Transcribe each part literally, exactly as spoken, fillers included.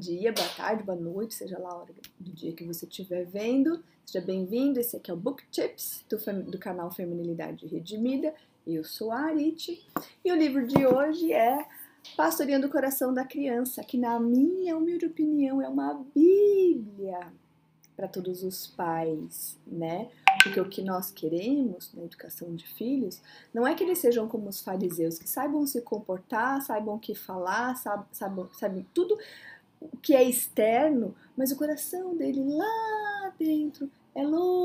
dia, boa tarde, boa noite, seja lá a hora do dia que você estiver vendo. Seja bem-vindo, esse aqui é o Book Tips do, do canal Feminilidade Redimida. Eu sou a Arite e o livro de hoje é Pastoreando o Coração da Criança, que na minha humilde opinião é uma bíblia para todos os pais, né? Porque o que nós queremos na educação de filhos não é que eles sejam como os fariseus, que saibam se comportar, saibam o que falar, saibam, saibam, saibam tudo o que é externo, mas o coração dele lá dentro é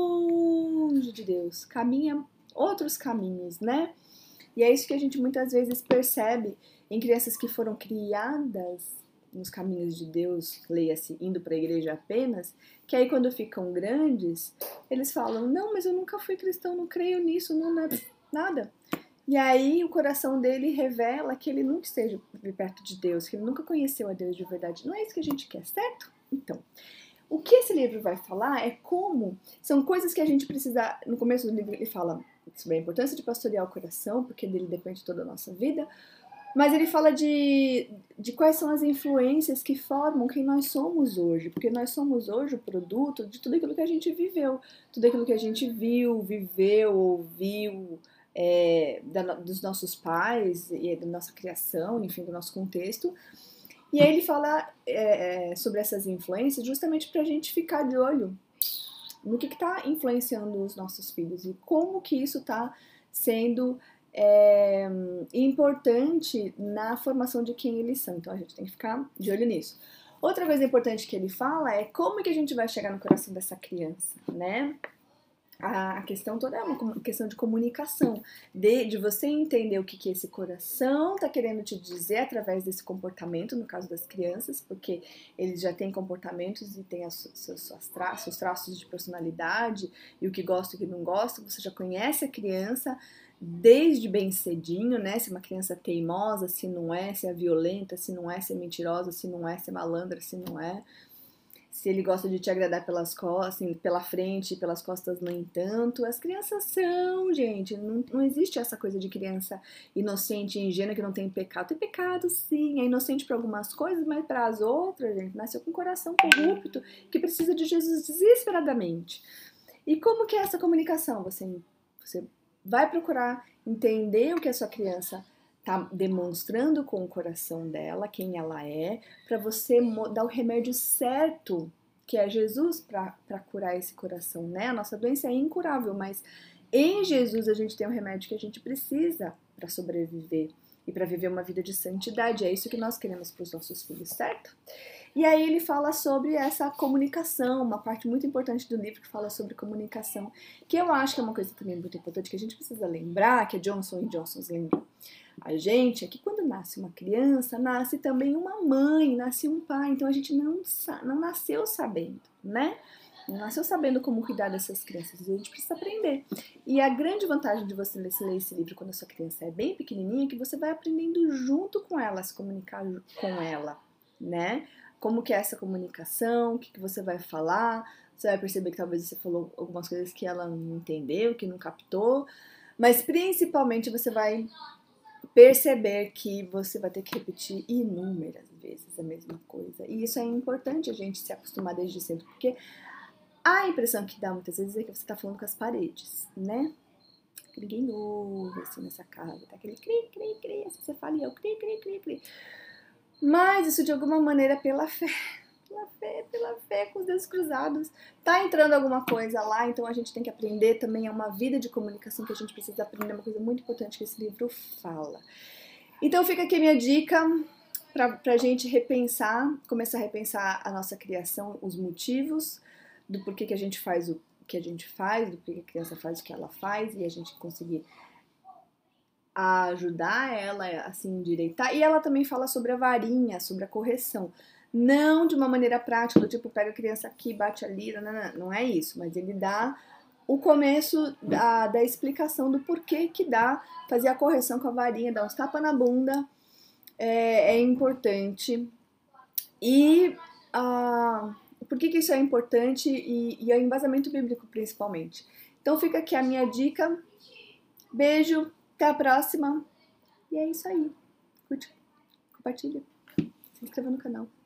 longe de Deus, caminha outros caminhos, né? E é isso que a gente muitas vezes percebe em crianças que foram criadas nos caminhos de Deus, leia-se, indo para a igreja apenas, que aí quando ficam grandes, eles falam, não, mas eu nunca fui cristão, não creio nisso, não, não é nada. E aí o coração dele revela que ele nunca esteja perto de Deus, que ele nunca conheceu a Deus de verdade. Não é isso que a gente quer, certo? Então, o que esse livro vai falar é como, são coisas que a gente precisa, no começo do livro ele fala sobre a importância de pastorear o coração, porque dele depende toda a nossa vida, mas ele fala de, de quais são as influências que formam quem nós somos hoje, porque nós somos hoje o produto de tudo aquilo que a gente viveu, tudo aquilo que a gente viu, viveu, ouviu, é, da, dos nossos pais, e da nossa criação, enfim, do nosso contexto. E aí ele fala é, sobre essas influências justamente para a gente ficar de olho no que está influenciando os nossos filhos e como que isso está sendo é, importante na formação de quem eles são. Então a gente tem que ficar de olho nisso. Outra coisa importante que ele fala é como que a gente vai chegar no coração dessa criança, né? A questão toda é uma questão de comunicação, de, de você entender o que, que esse coração está querendo te dizer através desse comportamento, no caso das crianças, porque eles já têm comportamentos e têm as, seus, seus, traços, seus traços de personalidade e o que gosta e o que não gosta, você já conhece a criança desde bem cedinho, né? Se é uma criança teimosa, se não é, se é violenta, se não é, se é mentirosa, se não é, se é malandra, se não é. Se ele gosta de te agradar pelas costas, assim, pela frente, pelas costas, no entanto. As crianças são, gente, não, não existe essa coisa de criança inocente e ingênua que não tem pecado. Tem pecado, sim, é inocente para algumas coisas, mas para as outras, gente, nasceu com um coração corrupto que precisa de Jesus desesperadamente. E como que é essa comunicação? Você, você vai procurar entender o que a sua criança tá demonstrando com o coração dela, quem ela é, para você dar o remédio certo, que é Jesus, para curar esse coração, né? A nossa doença é incurável, mas em Jesus a gente tem o remédio que a gente precisa para sobreviver e para viver uma vida de santidade. É isso que nós queremos para os nossos filhos, certo? E aí ele fala sobre essa comunicação, uma parte muito importante do livro que fala sobre comunicação, que eu acho que é uma coisa também muito importante, que a gente precisa lembrar, que a Johnson e Johnson lembram a gente, é que quando nasce uma criança, nasce também uma mãe, nasce um pai, então a gente não, não nasceu sabendo, né? Não nasceu sabendo como cuidar dessas crianças, a gente precisa aprender. E a grande vantagem de você ler esse livro quando a sua criança é bem pequenininha é que você vai aprendendo junto com ela, a se comunicar com ela, né? Como que é essa comunicação, o que, que você vai falar, você vai perceber que talvez você falou algumas coisas que ela não entendeu, que não captou, mas principalmente você vai perceber que você vai ter que repetir inúmeras vezes a mesma coisa. E isso é importante a gente se acostumar desde cedo, porque a impressão que dá muitas vezes é que você está falando com as paredes, né? Ninguém ouve assim nessa casa, tá aquele cri, cri, cri, assim você fala e eu cri, cri, cri, cri. Mas isso de alguma maneira pela fé, pela fé, pela fé, com os dedos cruzados, tá entrando alguma coisa lá, então a gente tem que aprender também, é uma vida de comunicação que a gente precisa aprender, uma coisa muito importante que esse livro fala. Então fica aqui a minha dica pra, pra gente repensar, começar a repensar a nossa criação, os motivos do porquê que a gente faz o que a gente faz, do porquê que a criança faz o que ela faz, e a gente conseguir a ajudar ela a se endireitar. E ela também fala sobre a varinha, sobre a correção. Não de uma maneira prática, do tipo, pega a criança aqui, bate ali, não, não, não é isso. Mas ele dá o começo da, da explicação do porquê que dá fazer a correção com a varinha, dar uns tapas na bunda, é, é importante. E ah, por que que isso é importante e, e é o embasamento bíblico, principalmente. Então fica aqui a minha dica. Beijo! Até a próxima. E é isso aí. Curte, compartilha, se inscreva no canal.